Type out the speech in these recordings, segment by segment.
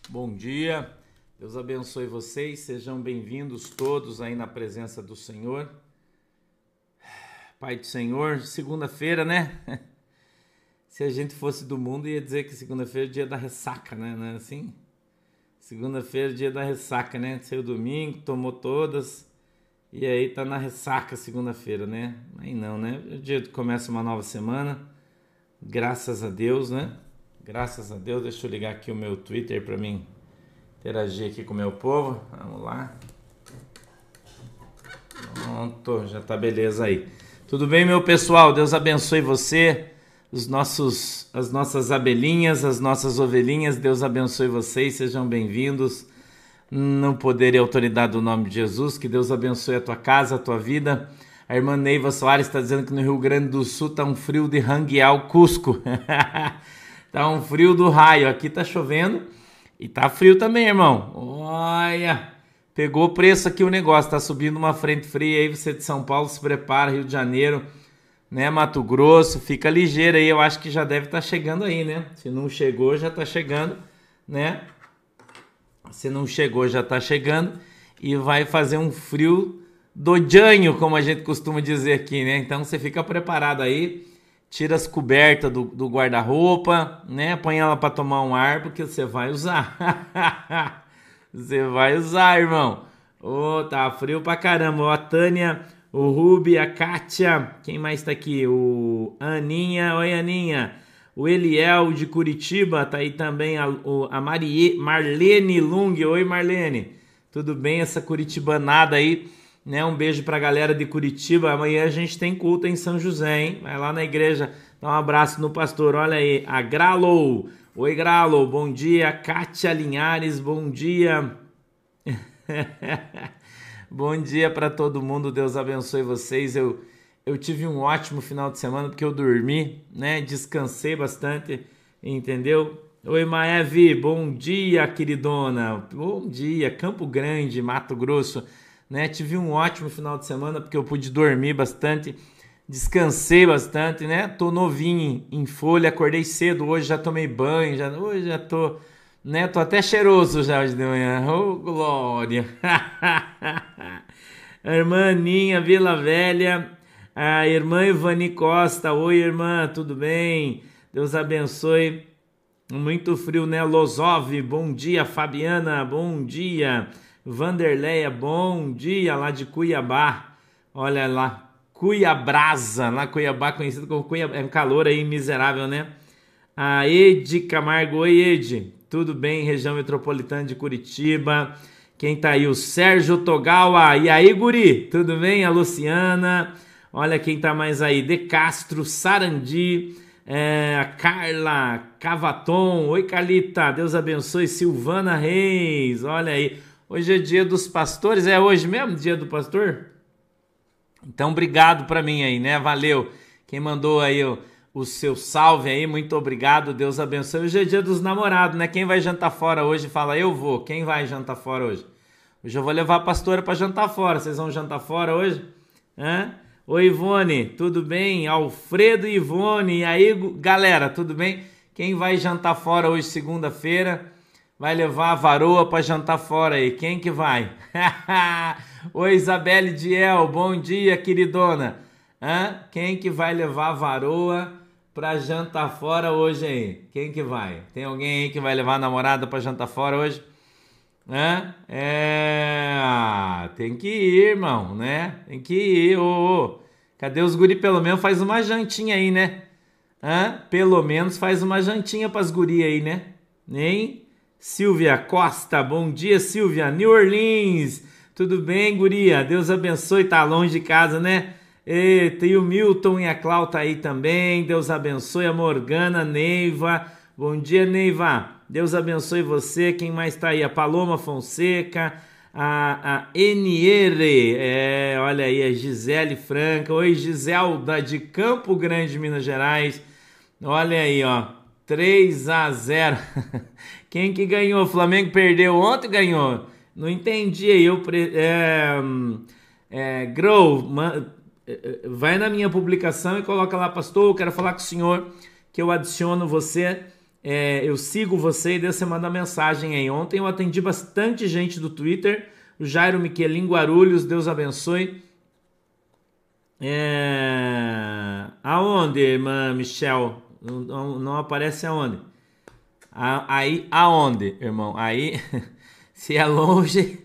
Bom dia, Deus abençoe vocês, sejam bem-vindos todos aí na presença do Senhor. Pai do Senhor, segunda-feira, né? Se a gente fosse do mundo, ia dizer que segunda-feira é dia da ressaca, né? Não é assim? Segunda-feira é dia da ressaca, né? Saiu domingo, tomou todas, e aí tá na ressaca segunda-feira, né? Aí não, né? É o dia que começa uma nova semana, graças a Deus, né? Graças a Deus, deixa eu ligar aqui o meu Twitter para mim interagir aqui com o meu povo. Vamos lá. Pronto, já tá beleza aí. Tudo bem, meu pessoal? Deus abençoe você, as nossas abelhinhas, as nossas ovelhinhas. Deus abençoe vocês, sejam bem-vindos. No poder e autoridade do nome de Jesus, que Deus abençoe a tua casa, a tua vida. A irmã Neiva Soares está dizendo que no Rio Grande do Sul tá um frio de ranguear o Cusco. Tá um frio do raio. Aqui tá chovendo e tá frio também, irmão. Olha, pegou o preço aqui o negócio. Tá subindo uma frente fria aí. Você de São Paulo se prepara, Rio de Janeiro, né? Mato Grosso, fica ligeiro aí. Eu acho que já deve estar chegando aí, né? Se não chegou, já tá chegando, né? Se não chegou, já tá chegando. E vai fazer um frio do janho, como a gente costuma dizer aqui, né? Então você fica preparado aí. Tira as cobertas do guarda-roupa, né? Põe ela para tomar um ar, porque você vai usar. Você vai usar, irmão. Tá frio pra caramba. A Tânia, o Rubi, a Kátia. Quem mais tá aqui? O Aninha. Oi, Aninha. O Eliel de Curitiba. Tá aí também a Marlene Lung. Oi, Marlene. Tudo bem? Essa curitibanada aí, né? Um beijo pra galera de Curitiba. Amanhã a gente tem culto em São José, hein? Vai lá na igreja, dá um abraço no pastor. Olha aí, a Gralo. Oi, Gralo, bom dia. Kátia Linhares, bom dia. Bom dia para todo mundo, Deus abençoe vocês. Eu tive um ótimo final de semana porque eu dormi, né? Descansei bastante, entendeu? Oi, Maeve, bom dia, queridona. Bom dia, Campo Grande, Mato Grosso. Né? Tive um ótimo final de semana porque eu pude dormir bastante, descansei bastante, né? Tô novinho em folha, acordei cedo, hoje já tomei banho, hoje já tô, né? Tô até cheiroso já hoje de manhã. Oh, glória! A irmã Aninha Vila Velha, a irmã Ivani Costa. Oi, irmã, tudo bem? Deus abençoe. Muito frio, né? Lozov, bom dia. Fabiana, bom dia. Vanderleia, bom dia, lá de Cuiabá. Olha lá, Cuiabrasa, lá Cuiabá, conhecido como Cuiabá. É um calor aí miserável, né? A Edi Camargo, oi Edi, tudo bem? Região metropolitana de Curitiba. Quem tá aí? O Sérgio Togawa. E aí, guri? Tudo bem? A Luciana. Olha quem tá mais aí. De Castro, Sarandi. A Carla Cavaton. Oi, Carlita. Deus abençoe. Silvana Reis. Olha aí. Hoje é dia dos pastores. É hoje mesmo, dia do pastor? Então, obrigado para mim aí, né? Valeu. Quem mandou aí o seu salve aí, muito obrigado. Deus abençoe. Hoje é dia dos namorados, né? Quem vai jantar fora hoje, fala, eu vou. Quem vai jantar fora hoje? Hoje eu vou levar a pastora para jantar fora. Vocês vão jantar fora hoje? Hã? Oi, Ivone, tudo bem? Alfredo e Ivone. E aí, galera, tudo bem? Quem vai jantar fora hoje, segunda-feira? Vai levar a varoa para jantar fora aí. Quem que vai? Oi, Isabelle Diel. Bom dia, queridona. Quem que vai levar a varoa para jantar fora hoje aí? Quem que vai? Tem alguém aí que vai levar a namorada para jantar fora hoje? Tem que ir, irmão, né? Tem que ir. Cadê os guri? Pelo menos faz uma jantinha aí, né? Pelo menos faz uma jantinha pras guri aí, né? Hein? Silvia Costa, bom dia, Silvia. New Orleans, tudo bem, guria? Deus abençoe, tá longe de casa, né? Tem o Milton e a Clau tá aí também. Deus abençoe a Morgana, Neiva. Bom dia, Neiva. Deus abençoe você. Quem mais tá aí? A Paloma Fonseca, a Eniere. Olha aí, a Gisele Franca. Oi, Giselda de Campo Grande, Minas Gerais. Olha aí, ó. 3-0. Quem que ganhou? O Flamengo perdeu ontem, ganhou? Não entendi aí. Grow, vai na minha publicação e coloca lá, pastor, eu quero falar com o senhor que eu adiciono você Eu sigo você e deixa você mandar mensagem aí. Ontem eu atendi bastante gente do Twitter. O Jairo Miquelin Guarulhos, Deus abençoe. Aonde, irmã Michel? Não aparece aonde? Aí, aonde, irmão? Aí, se é longe...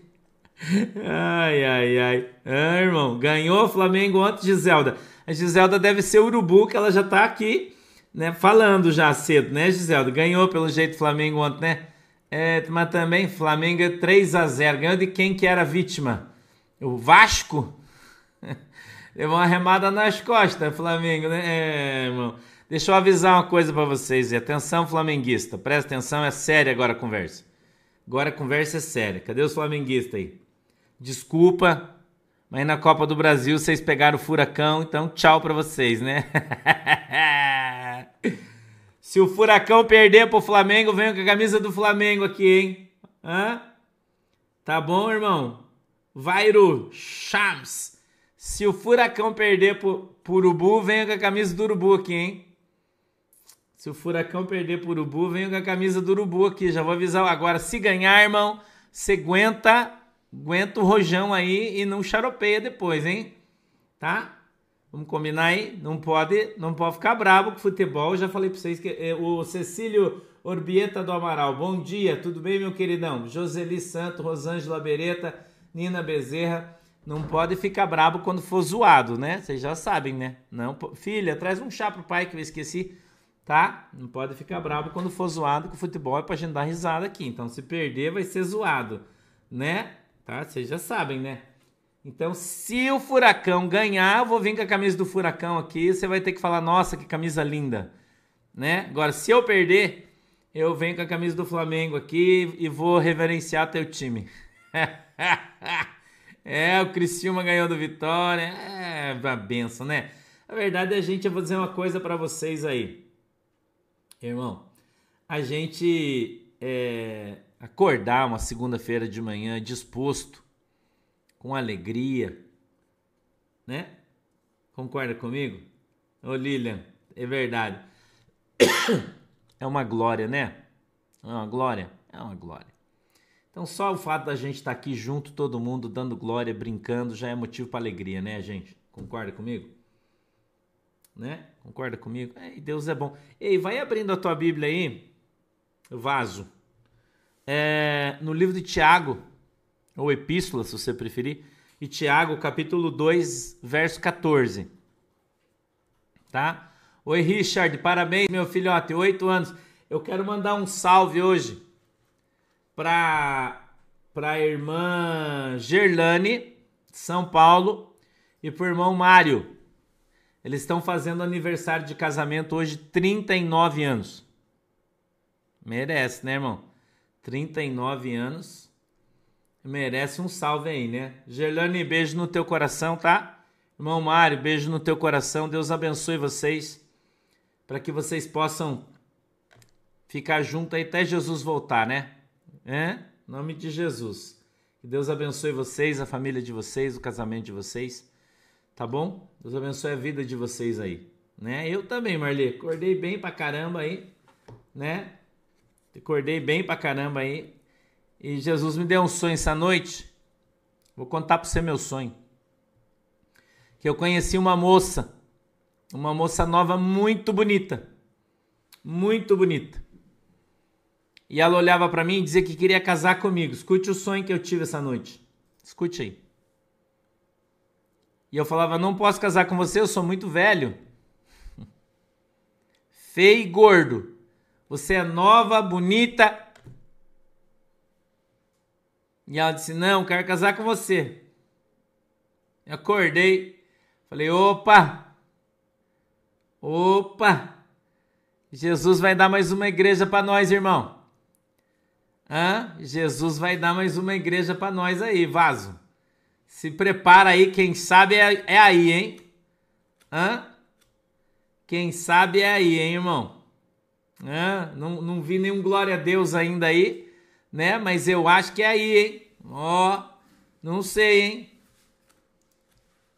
Ai. Irmão, ganhou o Flamengo ontem, Giselda. A Giselda deve ser urubu, que ela já tá aqui, né, falando já cedo, né, Giselda? Ganhou pelo jeito o Flamengo ontem, né? Mas também, Flamengo 3-0. Ganhou de quem que era a vítima? O Vasco? Levou uma remada nas costas, Flamengo, né? Irmão. Deixa eu avisar uma coisa pra vocês. Atenção, flamenguista. Presta atenção, é séria agora a conversa. Agora a conversa é séria. Cadê os flamenguistas aí? Desculpa, mas na Copa do Brasil vocês pegaram o Furacão, então tchau pra vocês, né? Se o Furacão perder pro Flamengo, venho com a camisa do Flamengo aqui, hein? Tá bom, irmão? Vairo Shams. Se o Furacão perder pro Urubu, venho com a camisa do Urubu aqui, hein? Se o Furacão perder pro Urubu, venho com a camisa do Urubu aqui. Já vou avisar agora. Se ganhar, irmão, você aguenta o rojão aí e não xaropeia depois, hein? Tá? Vamos combinar aí? Não pode ficar bravo com futebol. Eu já falei pra vocês que o Cecílio Orbieta do Amaral. Bom dia, tudo bem, meu queridão? Joseli Santo, Rosângela Beretta, Nina Bezerra. Não pode ficar bravo quando for zoado, né? Vocês já sabem, né? Não, filha, traz um chá pro pai que eu esqueci. Tá? Não pode ficar bravo quando for zoado, que o futebol é pra gente dar risada aqui. Então, se perder, vai ser zoado, né? Tá? Vocês já sabem, né? Então, se o Furacão ganhar, eu vou vir com a camisa do Furacão aqui. Você vai ter que falar, nossa, que camisa linda, né? Agora, se eu perder, eu venho com a camisa do Flamengo aqui e vou reverenciar teu time. O Criciúma ganhou do Vitória. É uma benção, né? A verdade é, gente, eu vou dizer uma coisa pra vocês aí. Irmão, a gente acordar uma segunda-feira de manhã disposto, com alegria, né? Concorda comigo? Ô Lilian, é verdade. É uma glória, né? É uma glória? É uma glória. Então só o fato da gente estar aqui junto, todo mundo, dando glória, brincando, já é motivo para alegria, né, gente? Concorda comigo? Né? Concorda comigo? Deus é bom. Ei, vai abrindo a tua Bíblia aí, vaso. No livro de Tiago, ou Epístola, se você preferir, e Tiago, capítulo 2, verso 14. Tá? Oi, Richard, parabéns, meu filhote, 8 anos. Eu quero mandar um salve hoje para a irmã Gerlane, de São Paulo, e para o irmão Mário. Eles estão fazendo aniversário de casamento hoje, 39 anos. Merece, né, irmão? 39 anos. Merece um salve aí, né? Gerlane, beijo no teu coração, tá? Irmão Mário, beijo no teu coração. Deus abençoe vocês, para que vocês possam ficar juntos aí até Jesus voltar, né? Em nome de Jesus. Que Deus abençoe vocês, a família de vocês, o casamento de vocês. Tá bom? Deus abençoe a vida de vocês aí, né? Eu também, Marli, acordei bem pra caramba aí, né? Acordei bem pra caramba aí. E Jesus me deu um sonho essa noite. Vou contar pra você meu sonho. Que eu conheci uma moça nova muito bonita. Muito bonita. E ela olhava pra mim e dizia que queria casar comigo. Escute o sonho que eu tive essa noite. Escute aí. E eu falava, não posso casar com você, eu sou muito velho. Feio e gordo. Você é nova, bonita. E ela disse, não, quero casar com você. Eu acordei. Falei, opa. Jesus vai dar mais uma igreja para nós, irmão. Jesus vai dar mais uma igreja para nós aí, vaso. Se prepara aí, quem sabe é aí, hein? Quem sabe é aí, hein, irmão? Não vi nenhum glória a Deus ainda aí, né? Mas eu acho que é aí, hein? Não sei, hein?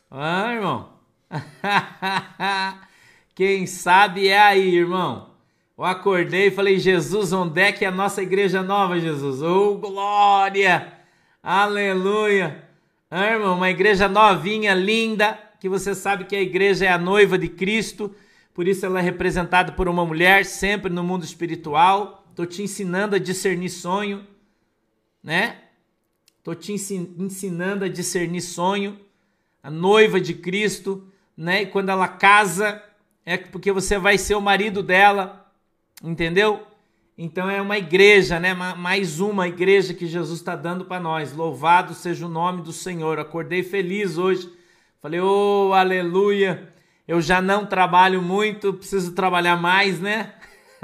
Irmão. Quem sabe é aí, irmão. Eu acordei e falei, Jesus, onde é que é a nossa igreja nova, Jesus? Oh, glória! Aleluia! Ah, irmão, uma igreja novinha, linda, que você sabe que a igreja é a noiva de Cristo, por isso ela é representada por uma mulher, sempre no mundo espiritual. Estou te ensinando a discernir sonho, né? Estou te ensinando a discernir sonho, a noiva de Cristo, né? E quando ela casa, é porque você vai ser o marido dela, entendeu? Então é uma igreja, né? Mais uma igreja que Jesus está dando para nós. Louvado seja o nome do Senhor. Acordei feliz hoje. Falei, oh, aleluia. Eu já não trabalho muito, preciso trabalhar mais, né?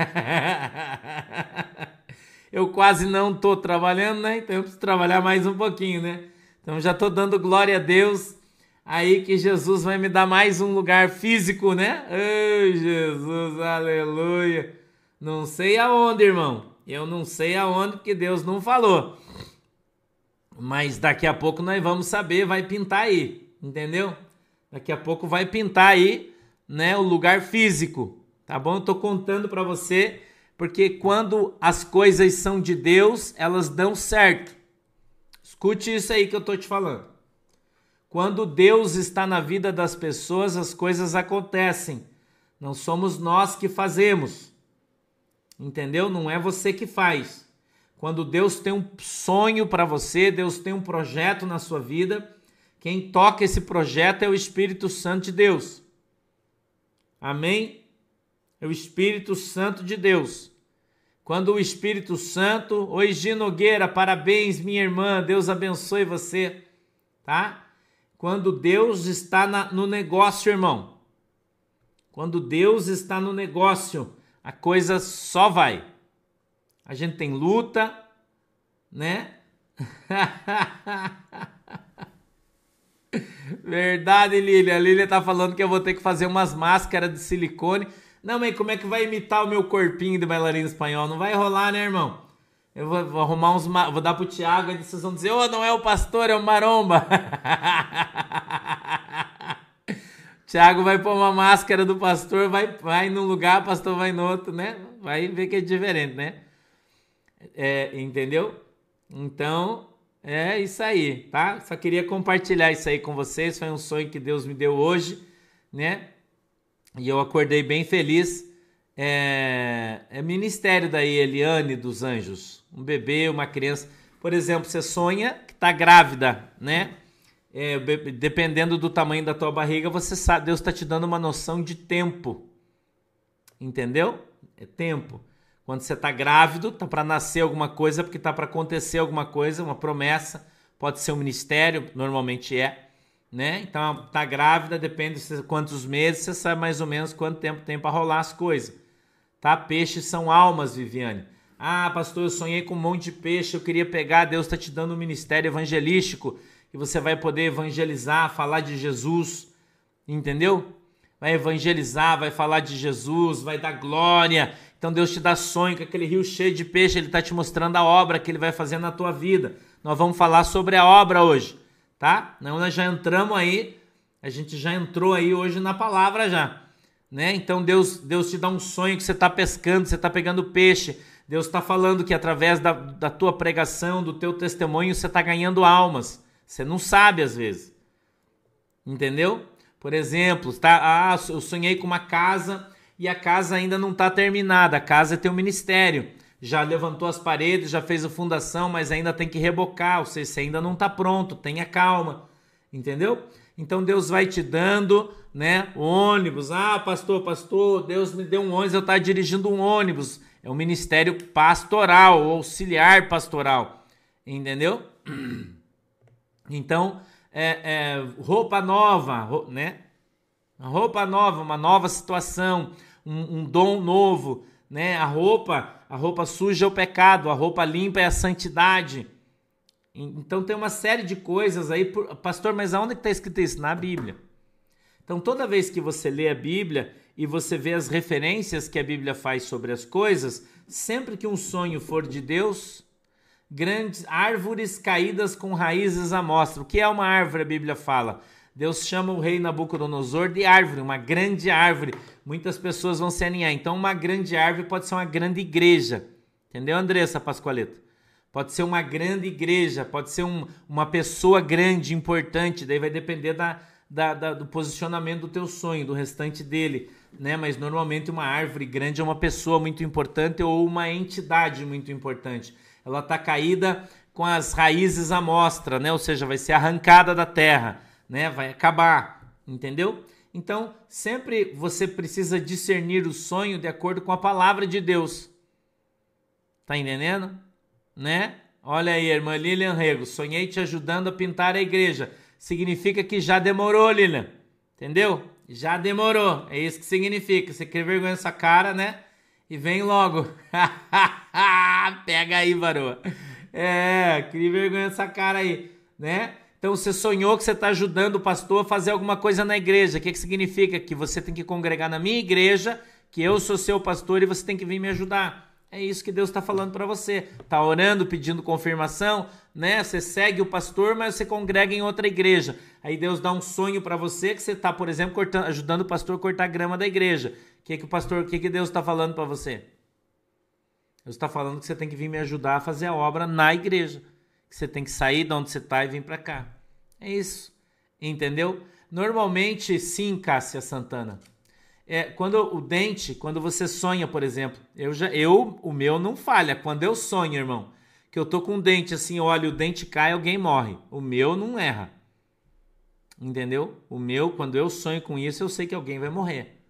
Eu quase não estou trabalhando, né? Então eu preciso trabalhar mais um pouquinho, né? Então já estou dando glória a Deus. Aí que Jesus vai me dar mais um lugar físico, né? Ai, Jesus, aleluia. Não sei aonde, irmão. Eu não sei aonde, porque Deus não falou. Mas daqui a pouco nós vamos saber, vai pintar aí, entendeu? Daqui a pouco vai pintar aí, né, o lugar físico, tá bom? Eu tô contando para você, porque quando as coisas são de Deus, elas dão certo. Escute isso aí que eu tô te falando. Quando Deus está na vida das pessoas, as coisas acontecem. Não somos nós que fazemos. Entendeu? Não é você que faz. Quando Deus tem um sonho para você, Deus tem um projeto na sua vida, quem toca esse projeto é o Espírito Santo de Deus. Amém? É o Espírito Santo de Deus. Quando o Espírito Santo... Oi, Gi Nogueira, parabéns, minha irmã. Deus abençoe você. Tá? Quando Deus está no negócio, irmão. Quando Deus está no negócio, a coisa só vai. A gente tem luta, né? Verdade, Lília. A Lília tá falando que eu vou ter que fazer umas máscaras de silicone. Não, mas como é que vai imitar o meu corpinho de bailarina espanhol? Não vai rolar, né, irmão? Eu vou arrumar uns... Vou dar pro Thiago e vocês vão dizer, não é o pastor, é o maromba. Thiago vai pôr uma máscara do pastor, vai num lugar, o pastor vai no outro, né? Vai ver que é diferente, né? Entendeu? Então, é isso aí, tá? Só queria compartilhar isso aí com vocês. Foi um sonho que Deus me deu hoje, né? E eu acordei bem feliz. É ministério da Eliane dos Anjos. Um bebê, uma criança. Por exemplo, você sonha que tá grávida, né? Dependendo do tamanho da tua barriga, você sabe, Deus está te dando uma noção de tempo. Entendeu? É tempo. Quando você está grávido, tá para nascer alguma coisa, porque tá para acontecer alguma coisa, uma promessa. Pode ser um ministério, normalmente né? Então, tá grávida, depende de quantos meses, você sabe mais ou menos quanto tempo tem para rolar as coisas. Tá? Peixes são almas, Viviane. Ah, pastor, eu sonhei com um monte de peixe, eu queria pegar, Deus está te dando um ministério evangelístico, que você vai poder evangelizar, falar de Jesus, entendeu? Vai evangelizar, vai falar de Jesus, vai dar glória. Então Deus te dá sonho com aquele rio cheio de peixe, Ele está te mostrando a obra que Ele vai fazer na tua vida. Nós vamos falar sobre a obra hoje, tá? Nós já entramos aí, a gente já entrou aí hoje na palavra já, né? Então Deus te dá um sonho que você está pescando, você está pegando peixe. Deus está falando que através da tua pregação, do teu testemunho, você está ganhando almas. Você não sabe às vezes, entendeu? Por exemplo, tá? Eu sonhei com uma casa e a casa ainda não está terminada. A casa tem um ministério. Já levantou as paredes, já fez a fundação, mas ainda tem que rebocar. Ou seja, você ainda não está pronto. Tenha calma, entendeu? Então Deus vai te dando, né, ônibus. Ah, pastor, Deus me deu um ônibus, eu estava dirigindo um ônibus. É um ministério pastoral, auxiliar pastoral, entendeu? Então, roupa nova, né? Roupa nova, uma nova situação, um dom novo, né? A roupa suja é o pecado, a roupa limpa é a santidade. Então tem uma série de coisas aí. Pastor, mas aonde está escrito isso? Na Bíblia. Então toda vez que você lê a Bíblia e você vê as referências que a Bíblia faz sobre as coisas, sempre que um sonho for de Deus, grandes árvores caídas com raízes à mostra. O que é uma árvore? A Bíblia fala. Deus chama o rei Nabucodonosor de árvore, uma grande árvore. Muitas pessoas vão se aninhar. Então, uma grande árvore pode ser uma grande igreja. Entendeu, Andressa Pascoaleto? Pode ser uma grande igreja, pode ser uma pessoa grande, importante. Daí vai depender do posicionamento do teu sonho, do restante dele, né? Mas normalmente uma árvore grande é uma pessoa muito importante ou uma entidade muito importante. Ela está caída com as raízes à mostra, né? Ou seja, vai ser arrancada da terra, né? Vai acabar, entendeu? Então, sempre você precisa discernir o sonho de acordo com a palavra de Deus. Tá entendendo? Né? Olha aí, irmã Lilian Rego, sonhei te ajudando a pintar a igreja. Significa que já demorou, Lilian. Entendeu? Já demorou. É isso que significa. Você cria vergonha nessa cara, né? E vem logo. Pega aí, varoa. Cria vergonha nessa cara aí, né? Então você sonhou que você está ajudando o pastor a fazer alguma coisa na igreja. O que significa? Que você tem que congregar na minha igreja, que eu sou seu pastor e você tem que vir me ajudar. É isso que Deus está falando para você. Está orando, pedindo confirmação, né? Você segue o pastor, mas você congrega em outra igreja. Aí Deus dá um sonho para você que você está, por exemplo, ajudando o pastor a cortar a grama da igreja. O que Deus está falando para você? Deus está falando que você tem que vir me ajudar a fazer a obra na igreja. Que você tem que sair de onde você está e vir para cá. É isso. Entendeu? Normalmente, sim, Cássia Santana. Quando você sonha, por exemplo, o meu não falha. Quando eu sonho, irmão, que eu tô com um dente assim, olha, o dente cai, alguém morre. O meu não erra. Entendeu? O meu, quando eu sonho com isso, eu sei que alguém vai morrer.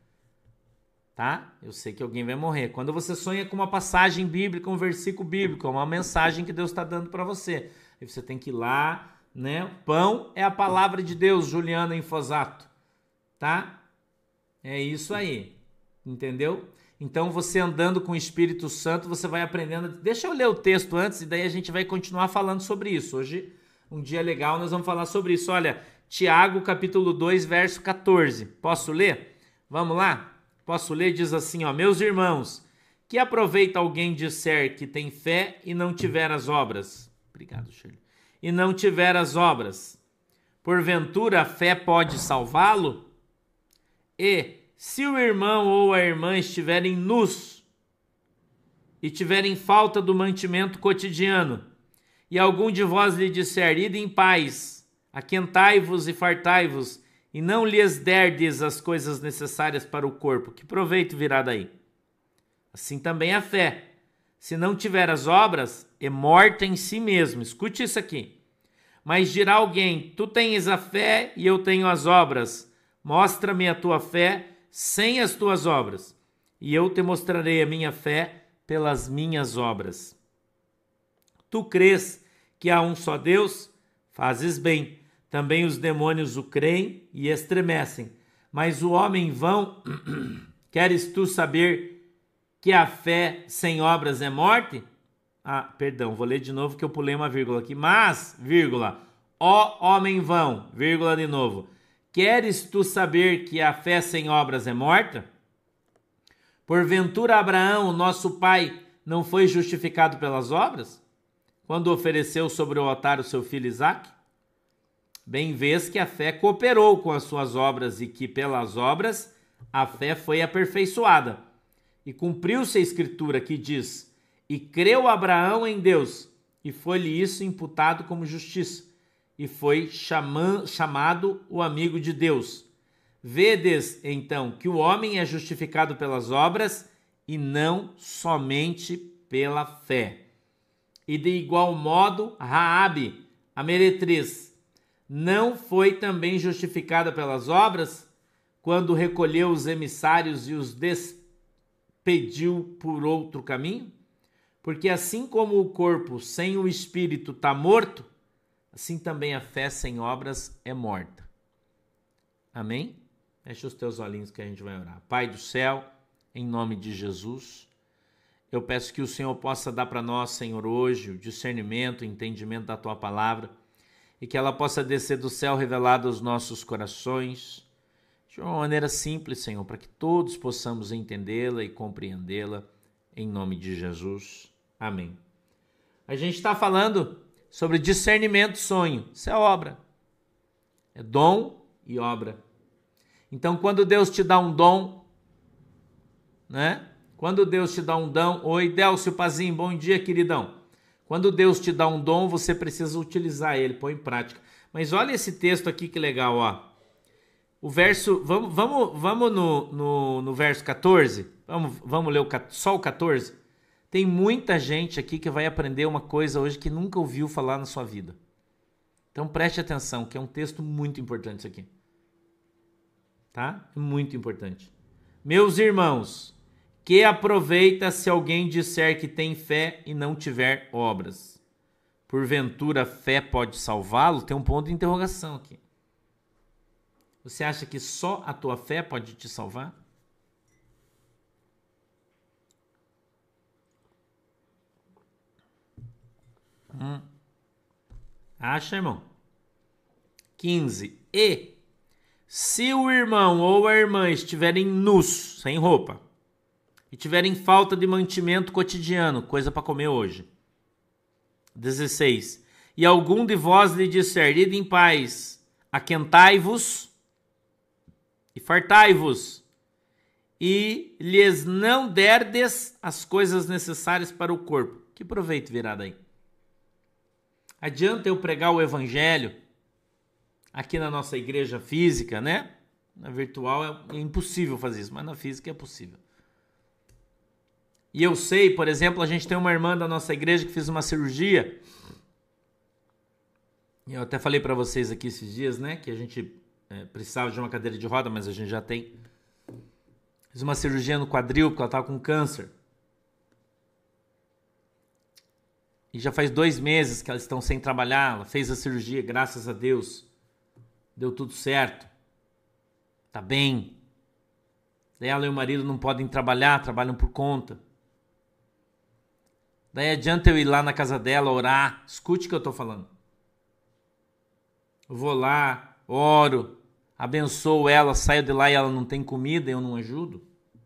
Tá? Eu sei que alguém vai morrer. Quando você sonha com uma passagem bíblica, um versículo bíblico, uma mensagem que Deus está dando para você, aí você tem que ir lá, né? O pão é a palavra de Deus, Juliana Infosato. Tá? É isso aí, entendeu? Então você andando com o Espírito Santo, você vai aprendendo. Deixa eu ler o texto antes e daí a gente vai continuar falando sobre isso. Hoje, um dia legal, nós vamos falar sobre isso. Olha, Tiago capítulo 2, verso 14. Posso ler? Vamos lá? Posso ler? Diz assim, ó: meus irmãos, que aproveita alguém disser que tem fé e não tiver as obras? Obrigado, Shirley. E não tiver as obras. Porventura a fé pode salvá-lo? E se o irmão ou a irmã estiverem nus e tiverem falta do mantimento cotidiano, e algum de vós lhe disser, ide em paz, aquentai-vos e fartai-vos, e não lhes derdes as coisas necessárias para o corpo, que proveito virá daí? Assim também a fé, se não tiver as obras, é morta em si mesmo. Escute isso aqui. Mas dirá alguém, tu tens a fé e eu tenho as obras. Mostra-me a tua fé sem as tuas obras, e eu te mostrarei a minha fé pelas minhas obras. Tu crês que há um só Deus? Fazes bem. Também os demônios o creem e estremecem. Mas o homem vão, queres tu saber que a fé sem obras é morte? Perdão, vou ler de novo que eu pulei uma vírgula aqui. Mas, vírgula, ó homem vão, vírgula de novo. Queres tu saber que a fé sem obras é morta? Porventura Abraão, nosso pai, não foi justificado pelas obras, quando ofereceu sobre o altar o seu filho Isaque? Bem vês que a fé cooperou com as suas obras e que pelas obras a fé foi aperfeiçoada. E cumpriu-se a escritura que diz, e creu Abraão em Deus, e foi-lhe isso imputado como justiça. E foi chamado o amigo de Deus. Vedes, então, que o homem é justificado pelas obras e não somente pela fé. E de igual modo, Raabe, a meretriz, não foi também justificada pelas obras, quando recolheu os emissários e os despediu por outro caminho? Porque assim como o corpo sem o espírito está morto, assim também a fé sem obras é morta. Amém? Fecha os teus olhinhos que a gente vai orar. Pai do céu, em nome de Jesus, eu peço que o Senhor possa dar para nós, Senhor, hoje o discernimento, o entendimento da Tua palavra e que ela possa descer do céu revelada aos nossos corações de uma maneira simples, Senhor, para que todos possamos entendê-la e compreendê-la, em nome de Jesus. Amém. A gente está falando sobre discernimento, sonho. Isso é obra. É dom e obra. Então, quando Deus te dá um dom, né? Quando Deus te dá um dom... Oi, Delcio Pazinho, bom dia, queridão. Quando Deus te dá um dom, você precisa utilizar ele, põe em prática. Mas olha esse texto aqui que legal, ó. O verso... Vamos no verso 14? Vamos ler só o 14? Tem muita gente aqui que vai aprender uma coisa hoje que nunca ouviu falar na sua vida. Então preste atenção, que é um texto muito importante isso aqui. Tá? É muito importante. Meus irmãos, que aproveita se alguém disser que tem fé e não tiver obras? Porventura a fé pode salvá-lo? Tem um ponto de interrogação aqui. Você acha que só a tua fé pode te salvar? Acha, irmão? 15. E se o irmão ou a irmã estiverem nus, sem roupa, e tiverem falta de mantimento cotidiano, coisa para comer hoje. 16. E algum de vós lhe disser, ide em paz, aquentai-vos e fartai-vos, e lhes não derdes as coisas necessárias para o corpo. Que proveito virá daí? Adianta eu pregar o evangelho aqui na nossa igreja física, né? Na virtual é impossível fazer isso, mas na física é possível. E eu sei, por exemplo, a gente tem uma irmã da nossa igreja que fez uma cirurgia. E eu até falei para vocês aqui esses dias, né? Que a gente precisava de uma cadeira de roda, mas a gente já tem. Fiz uma cirurgia no quadril porque ela estava com câncer. E já faz 2 meses que elas estão sem trabalhar. Ela fez a cirurgia, graças a Deus. Deu tudo certo. Tá bem. Daí ela e o marido não podem trabalhar, trabalham por conta. Daí adianta eu ir lá na casa dela, orar. Escute o que eu tô falando. Eu vou lá, oro, abençoo ela, saio de lá e ela não tem comida, eu não ajudo.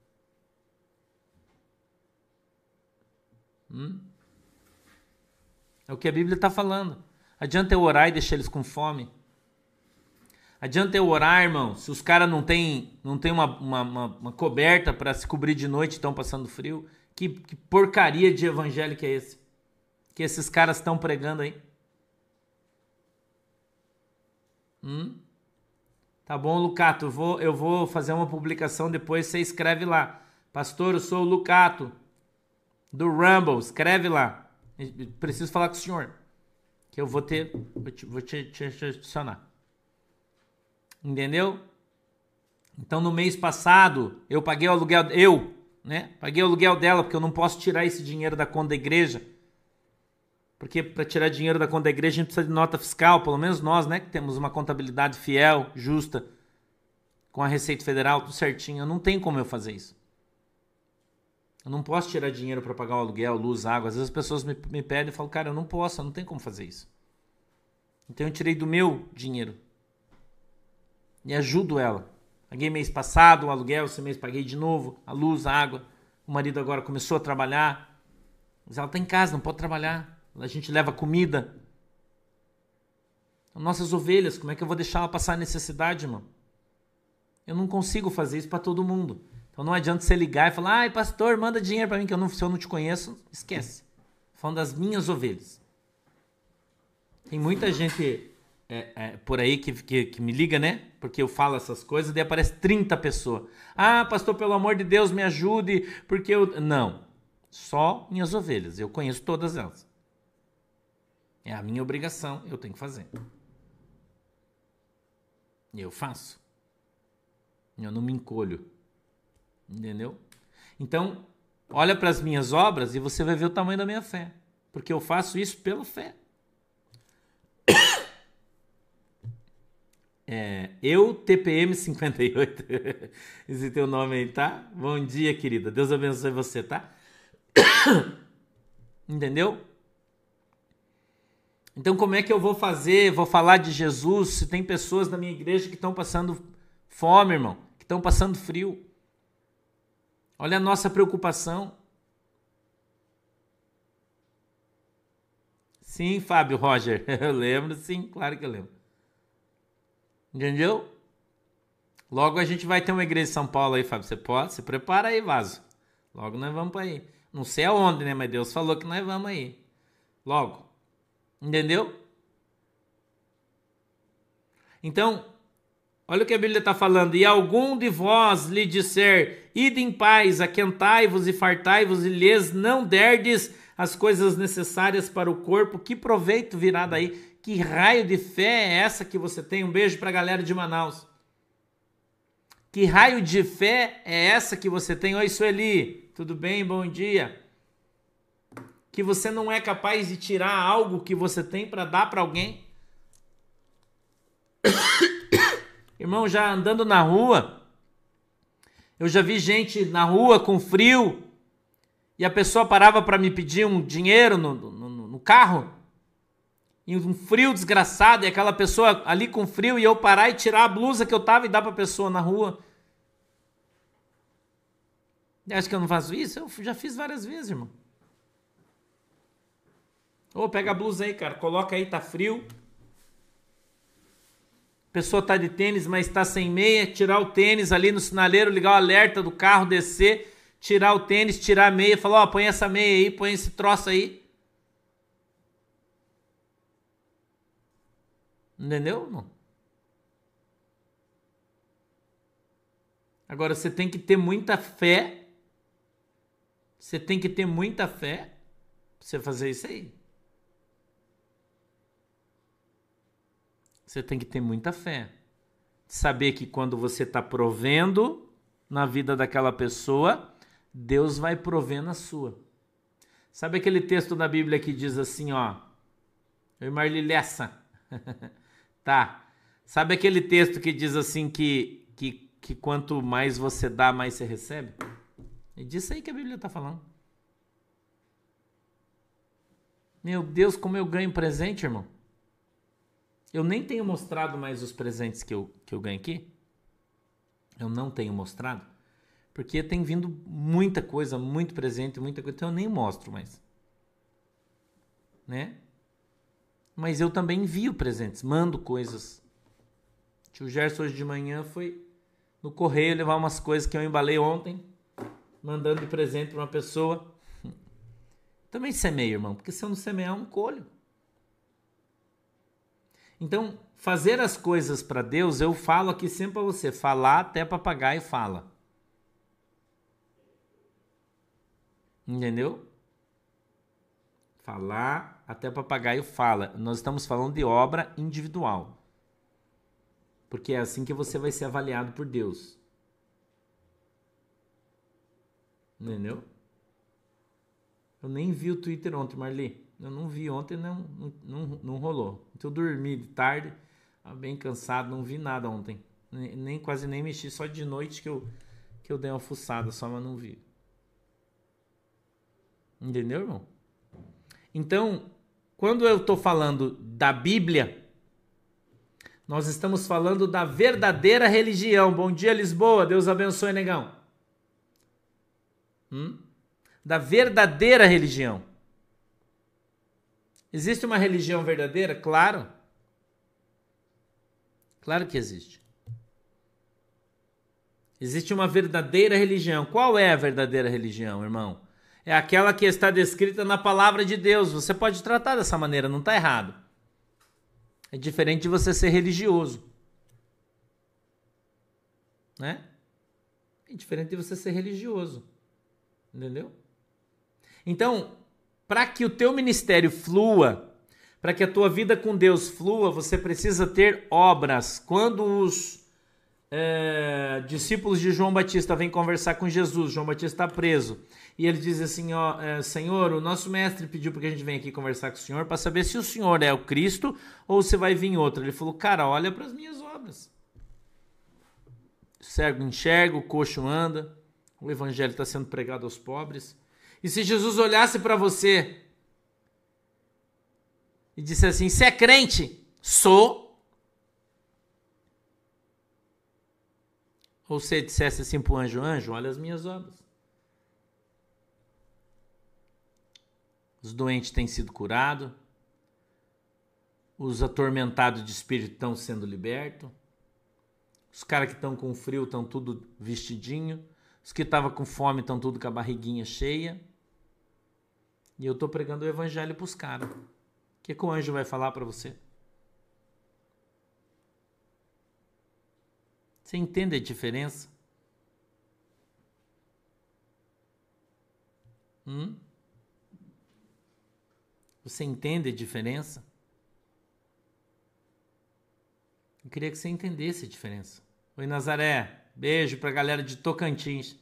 É o que a Bíblia está falando. Adianta eu orar e deixar eles com fome? Adianta eu orar, irmão, se os caras não tem uma coberta para se cobrir de noite e estão passando frio? Que porcaria de evangelho que é esse? Que esses caras estão pregando aí? Tá bom, Lucato, eu vou fazer uma publicação depois, você escreve lá. Pastor, eu sou o Lucato, do Rumble, escreve lá. Preciso falar com o senhor, que eu vou te adicionar. Entendeu? Então, no mês passado, eu paguei o aluguel, paguei o aluguel dela, porque eu não posso tirar esse dinheiro da conta da igreja. Porque para tirar dinheiro da conta da igreja, a gente precisa de nota fiscal, pelo menos nós, né, que temos uma contabilidade fiel, justa, com a Receita Federal, tudo certinho. Não tem como eu fazer isso. Eu não posso tirar dinheiro para pagar o aluguel, luz, água. Às vezes as pessoas me pedem e falam, cara, eu não posso, eu não tenho como fazer isso. Então eu tirei do meu dinheiro. E ajudo ela. Paguei mês passado o aluguel, esse mês paguei de novo, a luz, a água. O marido agora começou a trabalhar. Mas ela está em casa, não pode trabalhar. A gente leva comida. Nossas ovelhas, como é que eu vou deixar ela passar necessidade, irmão? Eu não consigo fazer isso para todo mundo. Então não adianta você ligar e falar, ai pastor, manda dinheiro para mim, que se eu não te conheço, esquece. Falando das minhas ovelhas. Tem muita gente por aí que me liga, né? Porque eu falo essas coisas, daí aparece 30 pessoas. Ah, pastor, pelo amor de Deus, me ajude, porque eu... Não, só minhas ovelhas, eu conheço todas elas. É a minha obrigação, eu tenho que fazer. E eu faço. Eu não me encolho. Entendeu? Então, olha para as minhas obras e você vai ver o tamanho da minha fé. Porque eu faço isso pela fé. Eu, TPM 58. Esse teu nome aí, tá? Bom dia, querida. Deus abençoe você, tá? Entendeu? Então, como é que eu vou falar de Jesus se tem pessoas na minha igreja que estão passando fome, irmão? Que estão passando frio? Olha a nossa preocupação. Sim, Fábio Roger. Eu lembro, sim, claro que eu lembro. Entendeu? Logo a gente vai ter uma igreja em São Paulo aí, Fábio. Você pode? Se prepara aí, vaso. Logo nós vamos para aí. Não sei aonde, né? Mas Deus falou que nós vamos aí. Logo. Entendeu? Então, olha o que a Bíblia está falando. E algum de vós lhe disser, ide em paz, aquentai-vos e fartai-vos, e lhes não derdes as coisas necessárias para o corpo, que proveito virá daí? Que raio de fé é essa que você tem? Um beijo para a galera de Manaus. Que raio de fé é essa que você tem? Oi, Sueli, tudo bem? Bom dia. Que você não é capaz de tirar algo que você tem para dar para alguém? Irmão, já andando na rua, eu já vi gente na rua com frio e a pessoa parava para me pedir um dinheiro no carro e um frio desgraçado, e aquela pessoa ali com frio e eu parar e tirar a blusa que eu tava e dar para a pessoa na rua. Acho que eu não faço isso? Eu já fiz várias vezes, irmão. Ô, pega a blusa aí, cara, coloca aí, tá frio. A pessoa tá de tênis, mas tá sem meia, tirar o tênis ali no sinaleiro, ligar o alerta do carro, descer, tirar o tênis, tirar a meia, falar, ó, põe essa meia aí, põe esse troço aí. Entendeu? Não. Agora, você tem que ter muita fé. Você tem que ter muita fé pra você fazer isso aí. Você tem que ter muita fé. Saber que quando você está provendo na vida daquela pessoa, Deus vai prover na sua. Sabe aquele texto da Bíblia que diz assim, ó... Eu e Marli Lessa... Tá. Sabe aquele texto que diz assim que quanto mais você dá, mais você recebe? É disso aí que a Bíblia está falando. Meu Deus, como eu ganho presente, irmão. Eu nem tenho mostrado mais os presentes que eu ganho aqui. Eu não tenho mostrado. Porque tem vindo muita coisa, muito presente, muita coisa. Então eu nem mostro mais. Né? Mas eu também envio presentes, mando coisas. Tio Gerson hoje de manhã foi no correio levar umas coisas que eu embalei ontem, mandando de presente para uma pessoa. Também semeio, irmão, porque se eu não semear, eu não colho. Então, fazer as coisas para Deus, eu falo aqui sempre para você, falar até papagaio fala. Entendeu? Falar até papagaio fala. Nós estamos falando de obra individual. Porque é assim que você vai ser avaliado por Deus. Entendeu? Eu nem vi o Twitter ontem, Marli. Eu não vi ontem, não rolou. Então eu dormi de tarde, bem cansado, não vi nada ontem. Quase nem mexi, só de noite que eu dei uma fuçada, só, mas não vi. Entendeu, irmão? Então, quando eu estou falando da Bíblia, nós estamos falando da verdadeira religião. Bom dia, Lisboa. Deus abençoe, negão. Da verdadeira religião. Existe uma religião verdadeira? Claro. Claro que existe. Existe uma verdadeira religião. Qual é a verdadeira religião, irmão? É aquela que está descrita na palavra de Deus. Você pode tratar dessa maneira, não está errado. É diferente de você ser religioso. Né? É diferente de você ser religioso. Entendeu? Então, para que o teu ministério flua, para que a tua vida com Deus flua, você precisa ter obras. Quando os discípulos de João Batista vêm conversar com Jesus, João Batista está preso, e ele diz assim, ó, Senhor, o nosso mestre pediu para que a gente venha aqui conversar com o Senhor para saber se o Senhor é o Cristo ou se vai vir outro. Ele falou, cara, olha para as minhas obras. O cego enxerga, o coxo anda, o evangelho está sendo pregado aos pobres. E se Jesus olhasse para você e disse assim, você é crente? Sou. Ou você dissesse assim para o anjo, olha as minhas obras. Os doentes têm sido curados, os atormentados de espírito estão sendo libertos, Os caras que estão com frio estão tudo vestidinho. Os que estavam com fome estão tudo com a barriguinha cheia. E eu estou pregando o evangelho para os caras. O que o anjo vai falar para você? Você entende a diferença? Você entende a diferença? Eu queria que você entendesse a diferença. Oi, Nazaré. Beijo pra galera de Tocantins.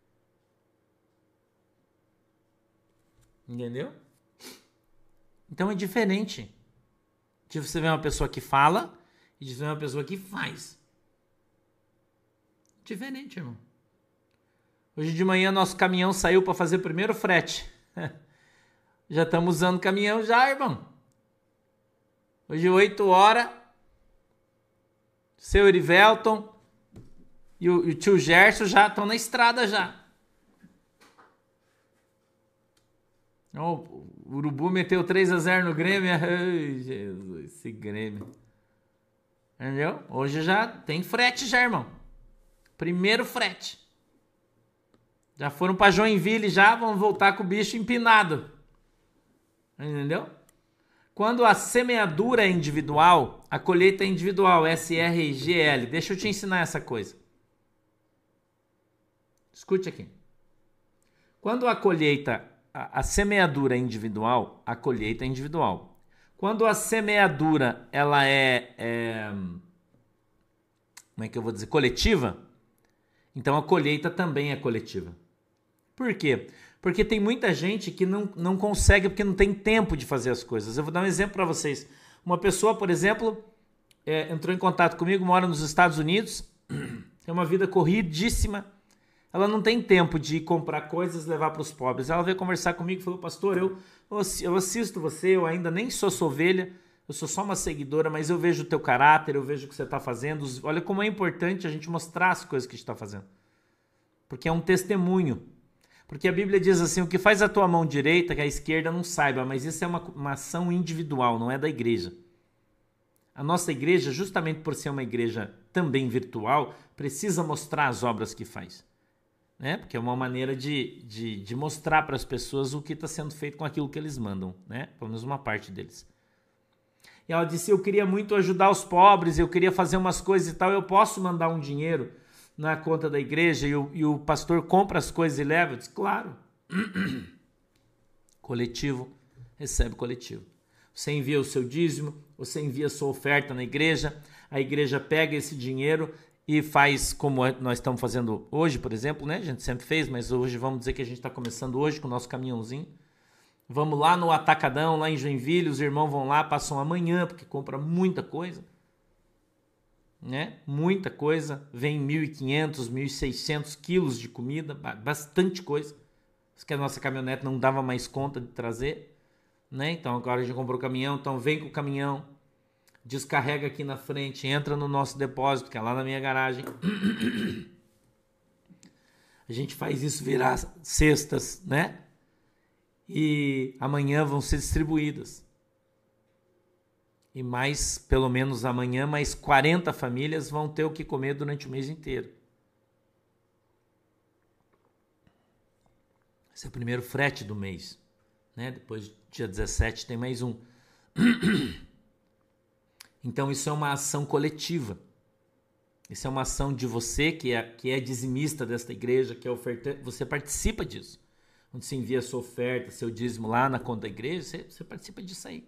Entendeu? Então é diferente de você ver uma pessoa que fala e de ver uma pessoa que faz. Diferente, irmão. Hoje de manhã nosso caminhão saiu para fazer o primeiro frete. Já estamos usando caminhão já, irmão. Hoje 8 horas. Seu Erivelton e o tio Gerson já estão na estrada já. O Urubu meteu 3-0 no Grêmio. Ai, Jesus, esse Grêmio. Entendeu? Hoje já tem frete já, irmão. Primeiro frete. Já foram para Joinville já, vão voltar com o bicho empinado. Entendeu? Quando a semeadura é individual, a colheita é individual, SRGL. Deixa eu te ensinar essa coisa. Escute aqui. Quando a colheita, a semeadura é individual, a colheita é individual. Quando a semeadura ela como é que eu vou dizer, coletiva, então a colheita também é coletiva. Por quê? Porque tem muita gente que não consegue, porque não tem tempo de fazer as coisas. Eu vou dar um exemplo para vocês. Uma pessoa, por exemplo, entrou em contato comigo, mora nos Estados Unidos, tem uma vida corridíssima, ela não tem tempo de comprar coisas e levar para os pobres. Ela veio conversar comigo e falou, pastor, eu assisto você, eu ainda nem sou sua ovelha, eu sou só uma seguidora, mas eu vejo o teu caráter, eu vejo o que você está fazendo. Olha como é importante a gente mostrar as coisas que a gente está fazendo. Porque é um testemunho. Porque a Bíblia diz assim, o que faz a tua mão direita, que a esquerda não saiba, mas isso é uma ação individual, não é da igreja. A nossa igreja, justamente por ser uma igreja também virtual, precisa mostrar as obras que faz. Né? Porque é uma maneira de mostrar para as pessoas o que está sendo feito com aquilo que eles mandam, né? Pelo menos uma parte deles. E ela disse, eu queria muito ajudar os pobres, eu queria fazer umas coisas e tal, eu posso mandar um dinheiro na conta da igreja e o pastor compra as coisas e leva? Eu disse, claro. Coletivo recebe coletivo. Você envia o seu dízimo, você envia a sua oferta na igreja, a igreja pega esse dinheiro e faz como nós estamos fazendo hoje, por exemplo, né? A gente sempre fez, mas hoje vamos dizer que a gente está começando hoje com o nosso caminhãozinho. Vamos lá no Atacadão, lá em Joinville, os irmãos vão lá, passam amanhã, porque compra muita coisa. Né? Muita coisa, vem 1.500, 1.600 quilos de comida, bastante coisa. Isso que a nossa caminhonete não dava mais conta de trazer, né? Então agora a gente comprou o caminhão, então vem com o caminhão, descarrega aqui na frente, entra no nosso depósito, que é lá na minha garagem. A gente faz isso virar cestas, né? E amanhã vão ser distribuídas. E mais, pelo menos amanhã, mais 40 famílias vão ter o que comer durante o mês inteiro. Esse é o primeiro frete do mês. Né? Depois, dia 17, tem mais um. Então, isso é uma ação coletiva. Isso é uma ação de você, que é dizimista desta igreja, que é ofertante. Você participa disso. Quando você envia a sua oferta, seu dízimo lá na conta da igreja, você participa disso aí.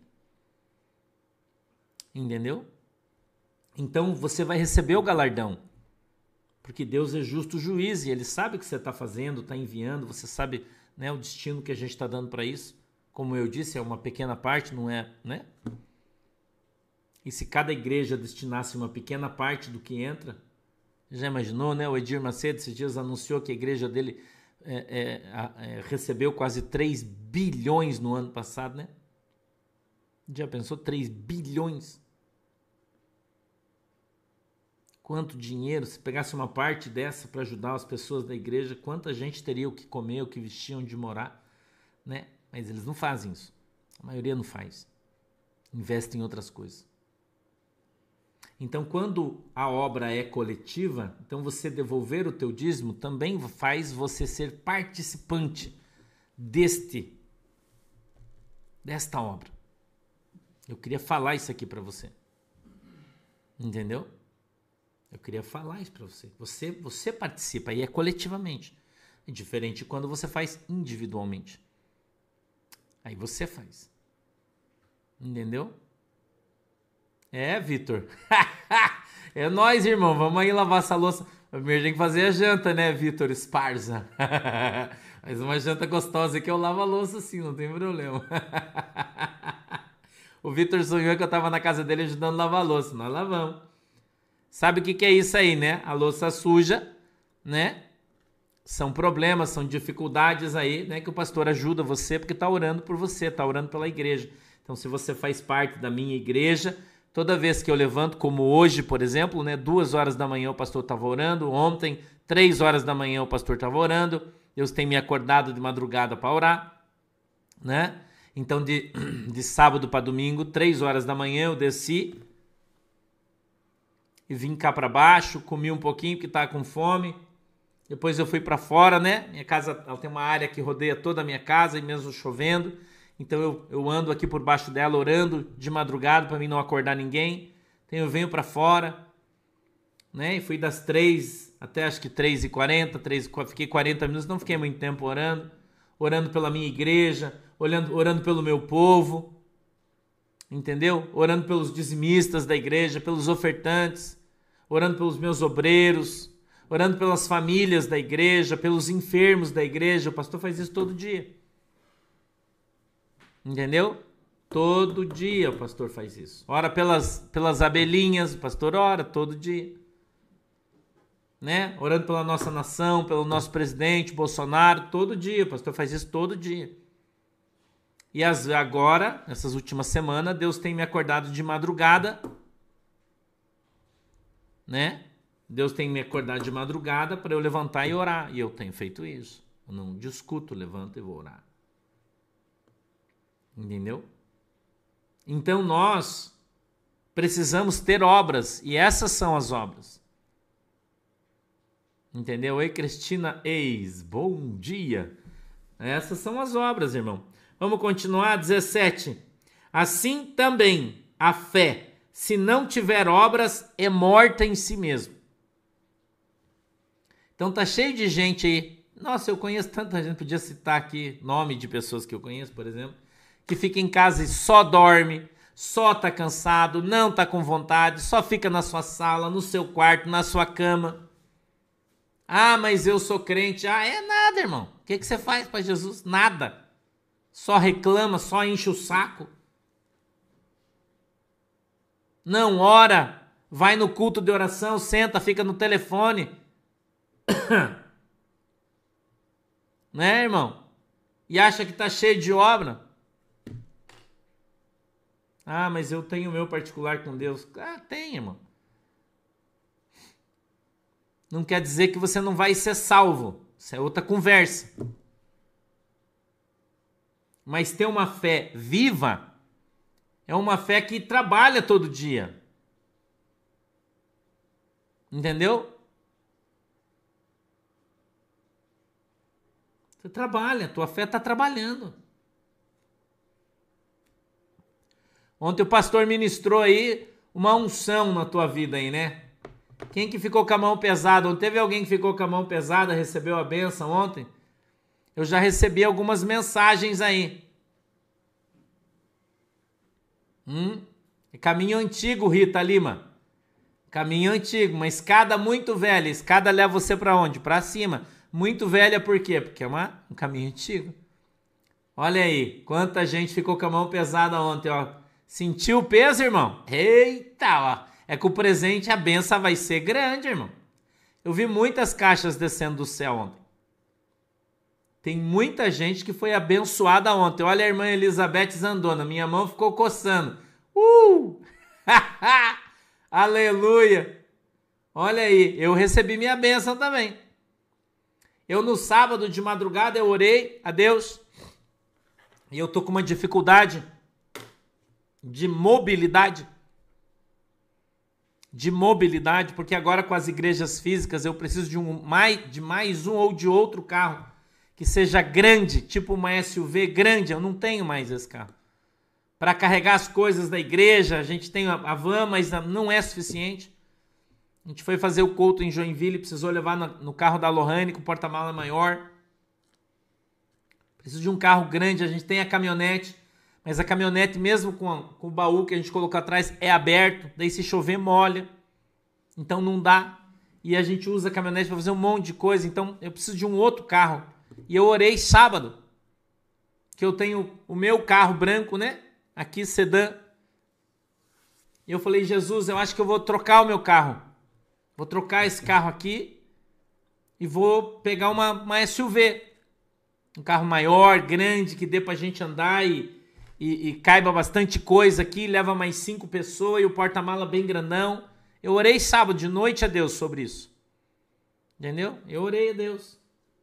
Entendeu? Então você vai receber o galardão. Porque Deus é justo juiz e Ele sabe o que você está fazendo, está enviando, você sabe, né, o destino que a gente está dando para isso. Como eu disse, é uma pequena parte, não é, né? E se cada igreja destinasse uma pequena parte do que entra, já imaginou, né? O Edir Macedo esses dias anunciou que a igreja dele recebeu quase 3 bilhões no ano passado, né? Já pensou? 3 bilhões? Quanto dinheiro, se pegasse uma parte dessa para ajudar as pessoas da igreja, quanta gente teria o que comer, o que vestir, onde morar, né? Mas eles não fazem isso. A maioria não faz. Investe em outras coisas. Então, quando a obra é coletiva, então você devolver o teu dízimo também faz você ser participante desta obra. Eu queria falar isso aqui para você. Entendeu? Eu queria falar isso para você. Você participa e é coletivamente. É diferente quando você faz individualmente. Aí você faz. Entendeu? É, Vitor. É nóis, irmão. Vamos aí lavar essa louça. Primeiro tem que fazer a janta, né, Vitor Esparza? Mas uma janta gostosa que eu lavo a louça sim, não tem problema. O Vitor sonhou que eu tava na casa dele ajudando a lavar a louça. Nós lavamos. Sabe o que é isso aí, né? A louça suja, né? São problemas, são dificuldades aí, né? Que o pastor ajuda você porque tá orando por você, tá orando pela igreja. Então, se você faz parte da minha igreja, toda vez que eu levanto, como hoje, por exemplo, né? 2 horas da manhã o pastor estava orando. Ontem, 3 horas da manhã o pastor estava orando. Deus tem me acordado de madrugada para orar, né? Então, de sábado para domingo, 3 horas da manhã eu desci e vim cá para baixo, comi um pouquinho porque estava com fome. Depois eu fui para fora, né? Minha casa, ela tem uma área que rodeia toda a minha casa, e mesmo chovendo. Então eu ando aqui por baixo dela orando de madrugada para mim não acordar ninguém. Então eu venho para fora, né? E fui das 3 até acho que 3h40, fiquei 40 minutos, não fiquei muito tempo orando pela minha igreja, orando pelo meu povo, entendeu? Orando pelos dizimistas da igreja, pelos ofertantes, orando pelos meus obreiros, orando pelas famílias da igreja, pelos enfermos da igreja. O pastor faz isso todo dia. Entendeu? Todo dia o pastor faz isso. Ora pelas abelhinhas, o pastor ora todo dia. Né? Orando pela nossa nação, pelo nosso presidente Bolsonaro, todo dia. O pastor faz isso todo dia. E agora, nessas últimas semanas, Deus tem me acordado de madrugada, né? Deus tem me acordado de madrugada para eu levantar e orar. E eu tenho feito isso. Eu não discuto, levanto e vou orar. Entendeu? Então nós precisamos ter obras. E essas são as obras. Entendeu? Oi, Cristina Eis. Bom dia. Essas são as obras, irmão. Vamos continuar. 17. Assim também a fé, se não tiver obras, é morta em si mesmo. Então tá cheio de gente aí. Nossa, eu conheço tanta gente. Podia citar aqui nome de pessoas que eu conheço, por exemplo, que fica em casa e só dorme, só tá cansado, não tá com vontade, só fica na sua sala, no seu quarto, na sua cama. Ah, mas eu sou crente. Ah, é nada, irmão. O que você faz para Jesus? Nada. Só reclama, só enche o saco. Não ora, vai no culto de oração, senta, fica no telefone. Né, irmão? E acha que tá cheio de obra. Ah, mas eu tenho o meu particular com Deus. Ah, tem, irmão. Não quer dizer que você não vai ser salvo. Isso é outra conversa. Mas ter uma fé viva é uma fé que trabalha todo dia. Entendeu? Você trabalha, tua fé está trabalhando. Ontem o pastor ministrou aí uma unção na tua vida aí, né? Quem que ficou com a mão pesada? Não teve alguém que ficou com a mão pesada, recebeu a bênção ontem? Eu já recebi algumas mensagens aí. É caminho antigo, Rita Lima. Caminho antigo, uma escada muito velha. Escada leva você para onde? Para cima. Muito velha por quê? Porque é um caminho antigo. Olha aí, quanta gente ficou com a mão pesada ontem, ó. Sentiu o peso, irmão? Eita, ó. É que o presente, a benção vai ser grande, irmão. Eu vi muitas caixas descendo do céu ontem. Tem muita gente que foi abençoada ontem. Olha a irmã Elizabeth Zandona, minha mão ficou coçando. Aleluia! Olha aí, eu recebi minha bênção também. Eu no sábado de madrugada eu orei a Deus e eu tô com uma dificuldade de mobilidade, de mobilidade, porque agora com as igrejas físicas eu preciso de mais um ou de outro carro que seja grande, tipo uma SUV grande. Eu não tenho mais esse carro. Para carregar as coisas da igreja, a gente tem a van, mas não é suficiente. A gente foi fazer o culto em Joinville, precisou levar no carro da Lohane com porta-mala maior. Preciso de um carro grande, a gente tem a caminhonete, mas a caminhonete mesmo com o baú que a gente colocou atrás é aberto, daí se chover molha, então não dá. E a gente usa a caminhonete para fazer um monte de coisa, então eu preciso de um outro carro. E eu orei sábado, que eu tenho o meu carro branco, né? Aqui, sedã. E eu falei, Jesus, eu acho que eu vou trocar o meu carro. Vou trocar esse carro aqui e vou pegar uma SUV. Um carro maior, grande, que dê pra gente andar e caiba bastante coisa aqui, leva mais 5 pessoas e o porta-mala bem grandão. Eu orei sábado de noite a Deus sobre isso. Entendeu? Eu orei a Deus.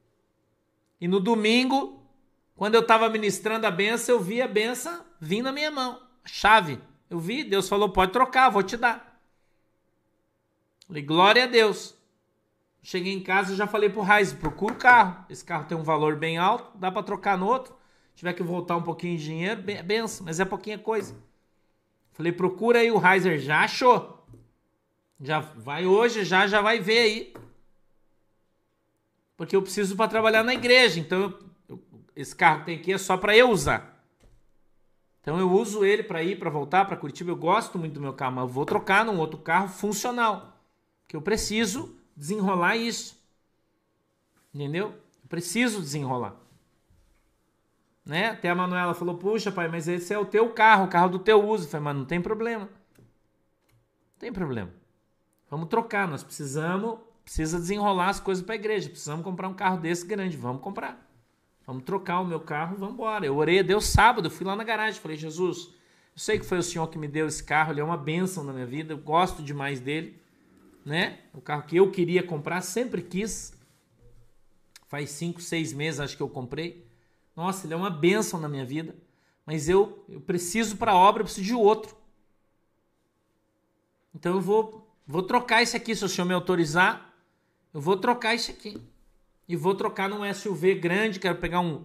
E no domingo, quando eu estava ministrando a benção, eu vi a benção vir na minha mão. A chave. Eu vi, Deus falou, pode trocar, vou te dar. Falei, glória a Deus. Cheguei em casa e já falei pro Raiz, procura o carro. Esse carro tem um valor bem alto, dá para trocar no outro. Se tiver que voltar um pouquinho de dinheiro, benção, mas é pouquinha coisa. Falei, procura aí, o Reiser já achou. Já vai hoje, já vai ver aí. Porque eu preciso para trabalhar na igreja, então esse carro que tem aqui é só para eu usar. Então eu uso ele para ir, para voltar para Curitiba. Eu gosto muito do meu carro, mas eu vou trocar num outro carro funcional. Porque eu preciso desenrolar isso. Entendeu? Eu preciso desenrolar. Né? Até a Manuela falou, puxa pai, mas esse é o teu carro, o carro do teu uso. Eu falei, mas não tem problema. Não tem problema. Vamos trocar, nós precisa desenrolar as coisas para a igreja. Precisamos comprar um carro desse grande, vamos comprar. Vamos trocar o meu carro, vamos embora. Eu orei a Deus sábado, eu fui lá na garagem, falei, Jesus, eu sei que foi o Senhor que me deu esse carro, ele é uma bênção na minha vida, eu gosto demais dele, né? O carro que eu queria comprar, sempre quis. Faz 5, 6 meses acho que eu comprei. Nossa, ele é uma bênção na minha vida, mas eu preciso para a obra, eu preciso de outro. Então eu vou trocar esse aqui, se o Senhor me autorizar, eu vou trocar esse aqui. E vou trocar num SUV grande, quero pegar um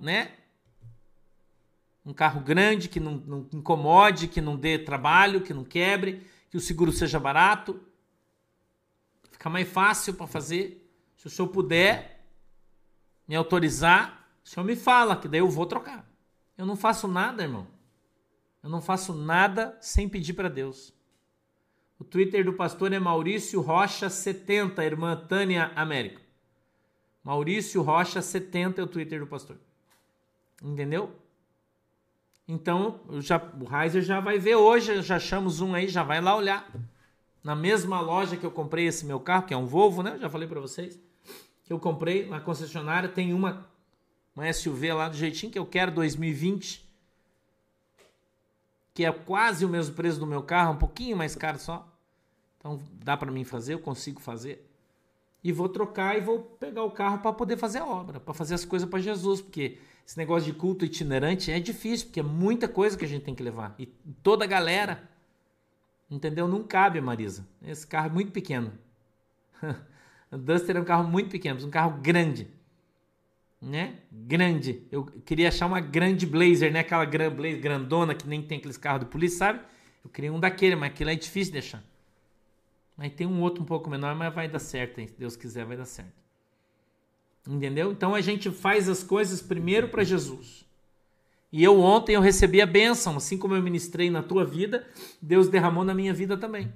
carro grande, que não incomode, que não dê trabalho, que não quebre, que o seguro seja barato. Fica mais fácil para fazer. Se o Senhor puder me autorizar, o Senhor me fala, que daí eu vou trocar. Eu não faço nada, irmão. Eu não faço nada sem pedir para Deus. O Twitter do pastor é Maurício Rocha 70, irmã Tânia Américo. Maurício Rocha 70 é o Twitter do pastor. Entendeu? Então, o Reiser já vai ver hoje, já achamos um aí, já vai lá olhar. Na mesma loja que eu comprei esse meu carro, que é um Volvo, né? Eu já falei para vocês. Que eu comprei na concessionária, tem uma SUV lá do jeitinho que eu quero, 2020. Que é quase o mesmo preço do meu carro, um pouquinho mais caro só. Então dá para mim fazer, eu consigo fazer. E vou trocar e vou pegar o carro para poder fazer a obra, para fazer as coisas para Jesus, porque esse negócio de culto itinerante é difícil, porque é muita coisa que a gente tem que levar. E toda a galera, entendeu? Não cabe, Marisa. Esse carro é muito pequeno. O Duster é um carro muito pequeno, um carro grande. Né? Grande. Eu queria achar uma grande Blazer, né? Aquela Blazer grandona que nem tem aqueles carros de polícia, sabe? Eu queria um daquele, mas aquilo é difícil de achar. Mas tem um outro um pouco menor, mas vai dar certo, hein? Se Deus quiser, vai dar certo. Entendeu? Então a gente faz as coisas primeiro para Jesus. E ontem eu recebi a bênção, assim como eu ministrei na tua vida, Deus derramou na minha vida também.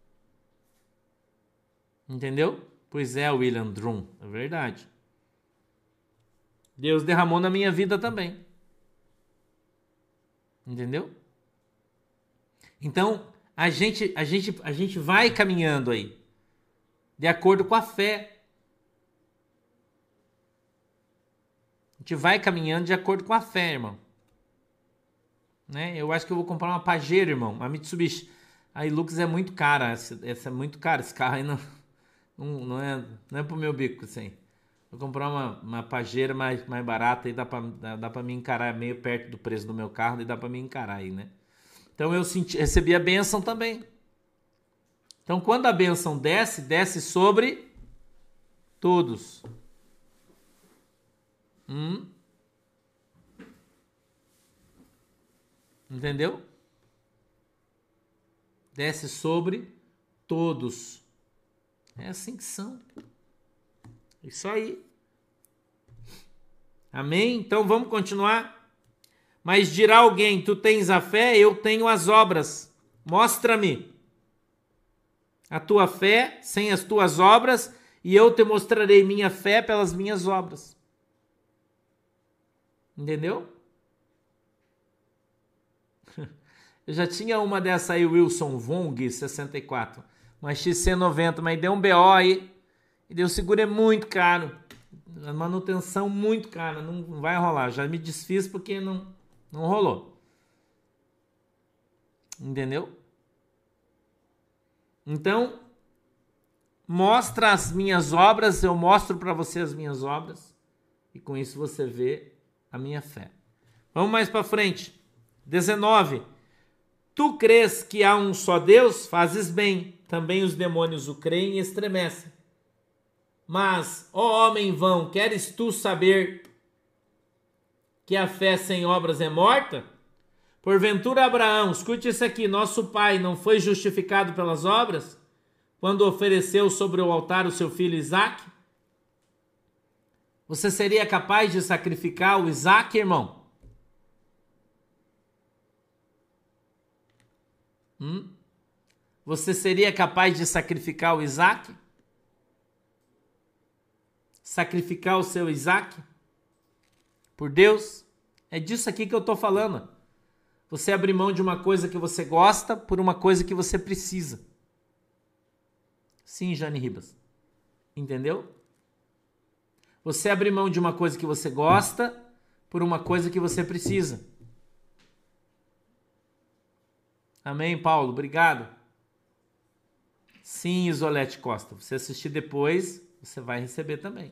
Entendeu? Pois é, William Drum, é verdade. Deus derramou na minha vida também. Entendeu? Então, a gente vai caminhando aí, de acordo com a fé. A gente vai caminhando de acordo com a fé, irmão. Né? Eu acho que eu vou comprar uma Pajero, irmão. A Mitsubishi. A Hilux é muito cara. Essa é muito cara. Esse carro aí não é pro meu bico, assim. Vou comprar uma Pajero mais barata e dá pra me encarar meio perto do preço do meu carro e dá pra me encarar aí, né? Então eu recebi a bênção também. Então, quando a bênção desce, desce sobre todos. Entendeu? Desce sobre todos. É assim que são. Isso aí. Amém? Então vamos continuar. Mas dirá alguém, tu tens a fé, eu tenho as obras. Mostra-me a tua fé sem as tuas obras, e eu te mostrarei minha fé pelas minhas obras. Entendeu? Eu já tinha uma dessa aí, Wilson Wong 64, uma XC90, mas deu um BO aí, e deu seguro é muito caro, a manutenção muito cara, não vai rolar, já me desfiz porque não rolou. Entendeu? Então, mostra as minhas obras, eu mostro para você as minhas obras, e com isso você vê a minha fé. Vamos mais para frente. 19. Tu crês que há um só Deus? Fazes bem. Também os demônios o creem e estremecem. Mas, ó homem vão, queres tu saber que a fé sem obras é morta? Porventura Abraão, escute isso aqui, nosso pai não foi justificado pelas obras quando ofereceu sobre o altar o seu filho Isaque? Você seria capaz de sacrificar o Isaque, irmão? Você seria capaz de sacrificar o Isaque? Sacrificar o seu Isaque? Por Deus? É disso aqui que eu estou falando. Você abrir mão de uma coisa que você gosta por uma coisa que você precisa. Sim, Jane Ribas. Entendeu? Você abrir mão de uma coisa que você gosta por uma coisa que você precisa. Amém, Paulo? Obrigado. Sim, Isolete Costa. Você assistir depois, você vai receber também.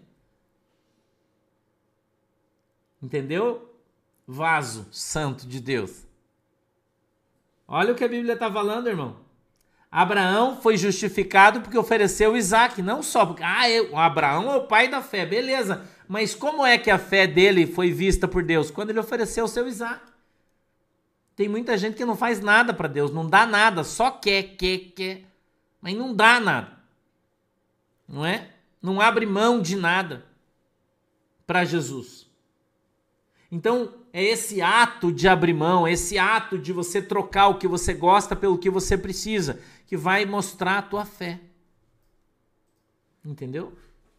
Entendeu? Vaso santo de Deus. Olha o que a Bíblia está falando, irmão. Abraão foi justificado porque ofereceu Isaque. Não só porque... Abraão é o pai da fé. Beleza. Mas como é que a fé dele foi vista por Deus? Quando ele ofereceu o seu Isaque. Tem muita gente que não faz nada para Deus. Não dá nada. Só quer. Mas não dá nada. Não é? Não abre mão de nada para Jesus. Então, é esse ato de abrir mão, esse ato de você trocar o que você gosta pelo que você precisa, que vai mostrar a tua fé. Entendeu?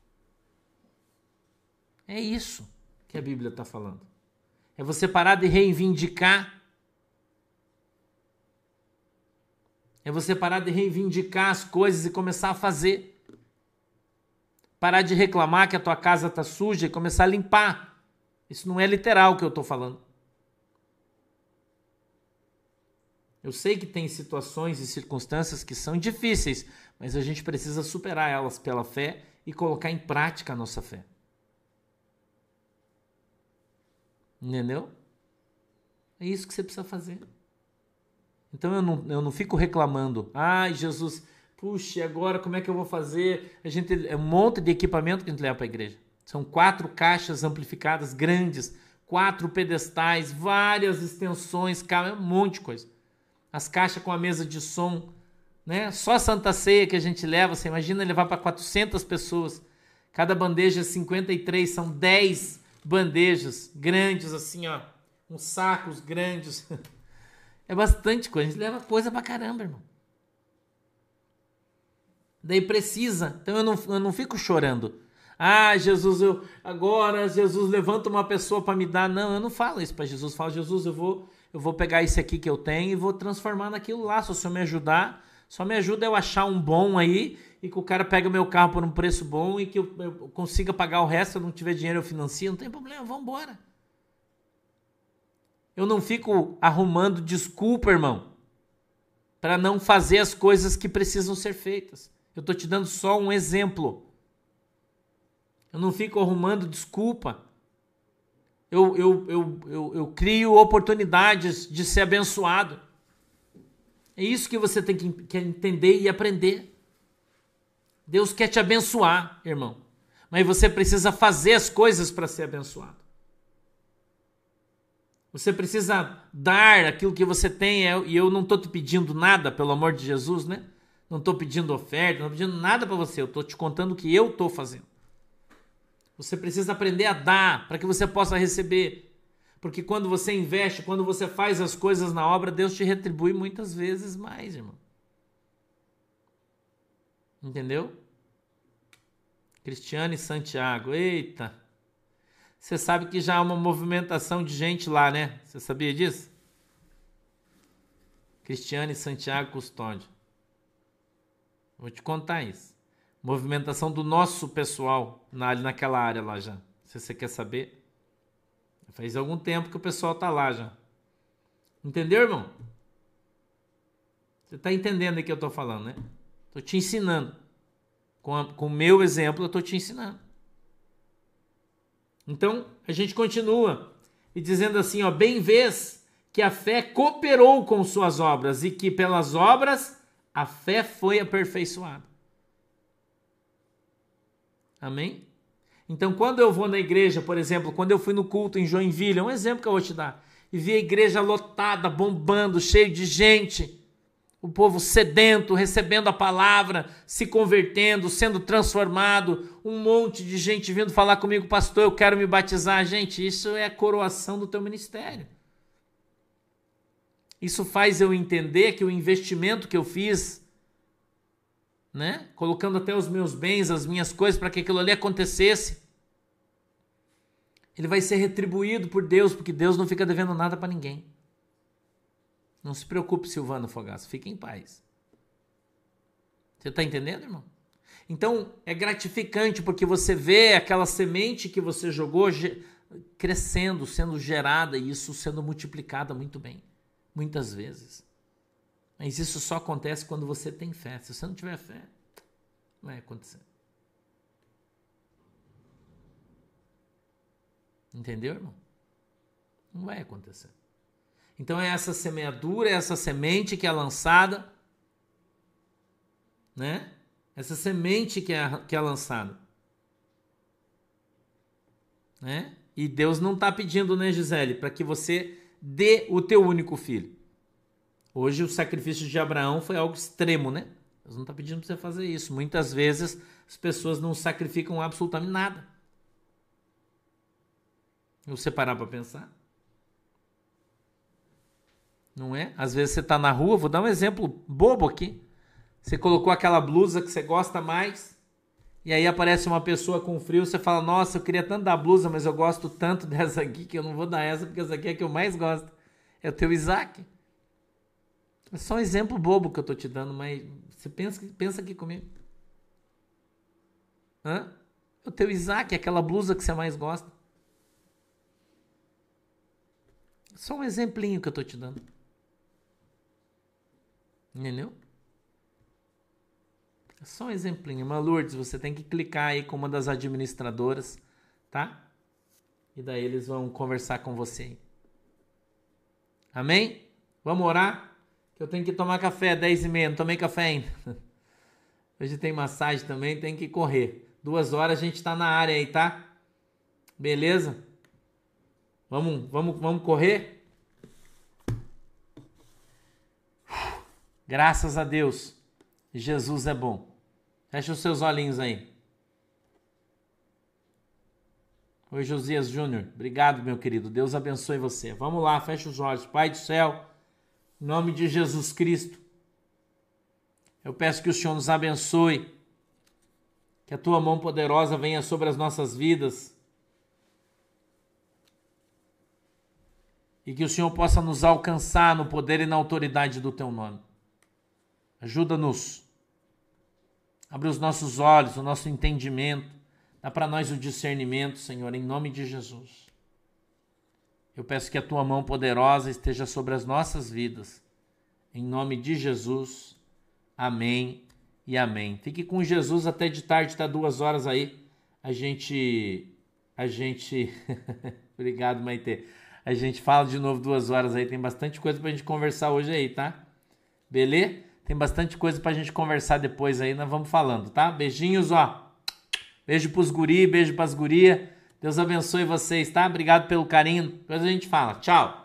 É isso que a Bíblia está falando. É você parar de reivindicar. É você parar de reivindicar as coisas e começar a fazer. Parar de reclamar que a tua casa está suja e começar a limpar. Isso não é literal o que eu estou falando. Eu sei que tem situações e circunstâncias que são difíceis, mas a gente precisa superar elas pela fé e colocar em prática a nossa fé. Entendeu? É isso que você precisa fazer. Então eu não fico reclamando. Ai, Jesus, puxa, e agora como é que eu vou fazer? É um monte de equipamento que a gente leva para a igreja. São 4 caixas amplificadas grandes, 4 pedestais, várias extensões, um monte de coisa. As caixas com a mesa de som, né? Só a Santa Ceia que a gente leva, você imagina levar para 400 pessoas. Cada bandeja é 53, são 10 bandejas grandes assim, ó, uns sacos grandes. É bastante coisa, a gente leva coisa pra caramba, irmão. Daí precisa, então eu não fico chorando. Ah, Jesus, agora Jesus levanta uma pessoa para me dar. Não, eu não falo isso para Jesus. Eu falo, Jesus, eu vou pegar isso aqui que eu tenho e vou transformar naquilo lá. Se o Senhor me ajudar, só me ajuda eu achar um bom aí e que o cara pegue o meu carro por um preço bom e que eu consiga pagar o resto. Se eu não tiver dinheiro, eu financio. Não tem problema, vamos embora. Eu não fico arrumando desculpa, irmão, para não fazer as coisas que precisam ser feitas. Eu estou te dando só um exemplo. Eu não fico arrumando desculpa. Eu crio oportunidades de ser abençoado. É isso que você tem que entender e aprender. Deus quer te abençoar, irmão. Mas você precisa fazer as coisas para ser abençoado. Você precisa dar aquilo que você tem. E eu não estou te pedindo nada, pelo amor de Jesus, né? Não estou pedindo oferta, não estou pedindo nada para você. Eu estou te contando o que eu estou fazendo. Você precisa aprender a dar para que você possa receber. Porque quando você investe, quando você faz as coisas na obra, Deus te retribui muitas vezes mais, irmão. Entendeu? Cristiane Santiago, eita. Você sabe que já há uma movimentação de gente lá, né? Você sabia disso? Cristiane Santiago Custódio. Vou te contar isso. Movimentação do nosso pessoal naquela área lá já. Se você quer saber. Faz algum tempo que o pessoal tá lá já. Entendeu, irmão? Você tá entendendo o que eu tô falando, né? Tô te ensinando. Com o meu exemplo, eu tô te ensinando. Então, a gente continua. E dizendo assim, ó. Bem vês que a fé cooperou com suas obras e que pelas obras a fé foi aperfeiçoada. Amém? Então, quando eu vou na igreja, por exemplo, quando eu fui no culto em Joinville, é um exemplo que eu vou te dar, e vi a igreja lotada, bombando, cheio de gente, o povo sedento, recebendo a palavra, se convertendo, sendo transformado, um monte de gente vindo falar comigo, pastor, eu quero me batizar. Gente, isso é a coroação do teu ministério. Isso faz eu entender que o investimento que eu fiz, né? Colocando até os meus bens, as minhas coisas para que aquilo ali acontecesse, ele vai ser retribuído por Deus, porque Deus não fica devendo nada para ninguém. Não se preocupe, Silvano Fogaça, fique em paz. Você está entendendo, irmão? Então, é gratificante porque você vê aquela semente que você jogou crescendo, sendo gerada e isso sendo multiplicada muito bem, muitas vezes. Mas isso só acontece quando você tem fé. Se você não tiver fé, não vai acontecer. Entendeu, irmão? Não vai acontecer. Então é essa semeadura, é essa semente que é lançada, né? Essa semente que é lançada. Né? E Deus não está pedindo, né, Gisele, para que você dê o teu único filho. Hoje o sacrifício de Abraão foi algo extremo, né? Deus não está pedindo para você fazer isso. Muitas vezes as pessoas não sacrificam absolutamente nada. Você parar para pensar. Não é? Às vezes você está na rua, vou dar um exemplo bobo aqui. Você colocou aquela blusa que você gosta mais, e aí aparece uma pessoa com frio, você fala, nossa, eu queria tanto da blusa, mas eu gosto tanto dessa aqui que eu não vou dar essa, porque essa aqui é a que eu mais gosto. É o teu Isaac. É só um exemplo bobo que eu estou te dando, mas você pensa aqui comigo. É o teu Isaac, é aquela blusa que você mais gosta. É só um exemplinho que eu estou te dando. Entendeu? É só um exemplinho. Mas, Lourdes, você tem que clicar aí com uma das administradoras, tá? E daí eles vão conversar com você. Amém? Vamos orar? Que eu tenho que tomar café, 10h30. Não tomei café ainda. Hoje tem massagem também, tem que correr. 2 horas a gente tá na área aí, tá? Beleza? Vamos correr? Graças a Deus. Jesus é bom. Fecha os seus olhinhos aí. Oi, Josias Júnior. Obrigado, meu querido. Deus abençoe você. Vamos lá, fecha os olhos. Pai do céu, em nome de Jesus Cristo, eu peço que o Senhor nos abençoe, que a tua mão poderosa venha sobre as nossas vidas e que o Senhor possa nos alcançar no poder e na autoridade do teu nome. Ajuda-nos. Abre os nossos olhos, o nosso entendimento. Dá para nós o discernimento, Senhor, em nome de Jesus. Eu peço que a tua mão poderosa esteja sobre as nossas vidas. Em nome de Jesus. Amém e amém. Fique com Jesus até de tarde, tá 2 horas aí. A gente... Obrigado, Maitê. A gente fala de novo 2 horas aí. Tem bastante coisa pra gente conversar hoje aí, tá? Beleza? Tem bastante coisa pra gente conversar depois aí, nós vamos falando, tá? Beijinhos, ó. Beijo pros guri, beijo pras gurias. Deus abençoe vocês, tá? Obrigado pelo carinho. Depois a gente fala. Tchau.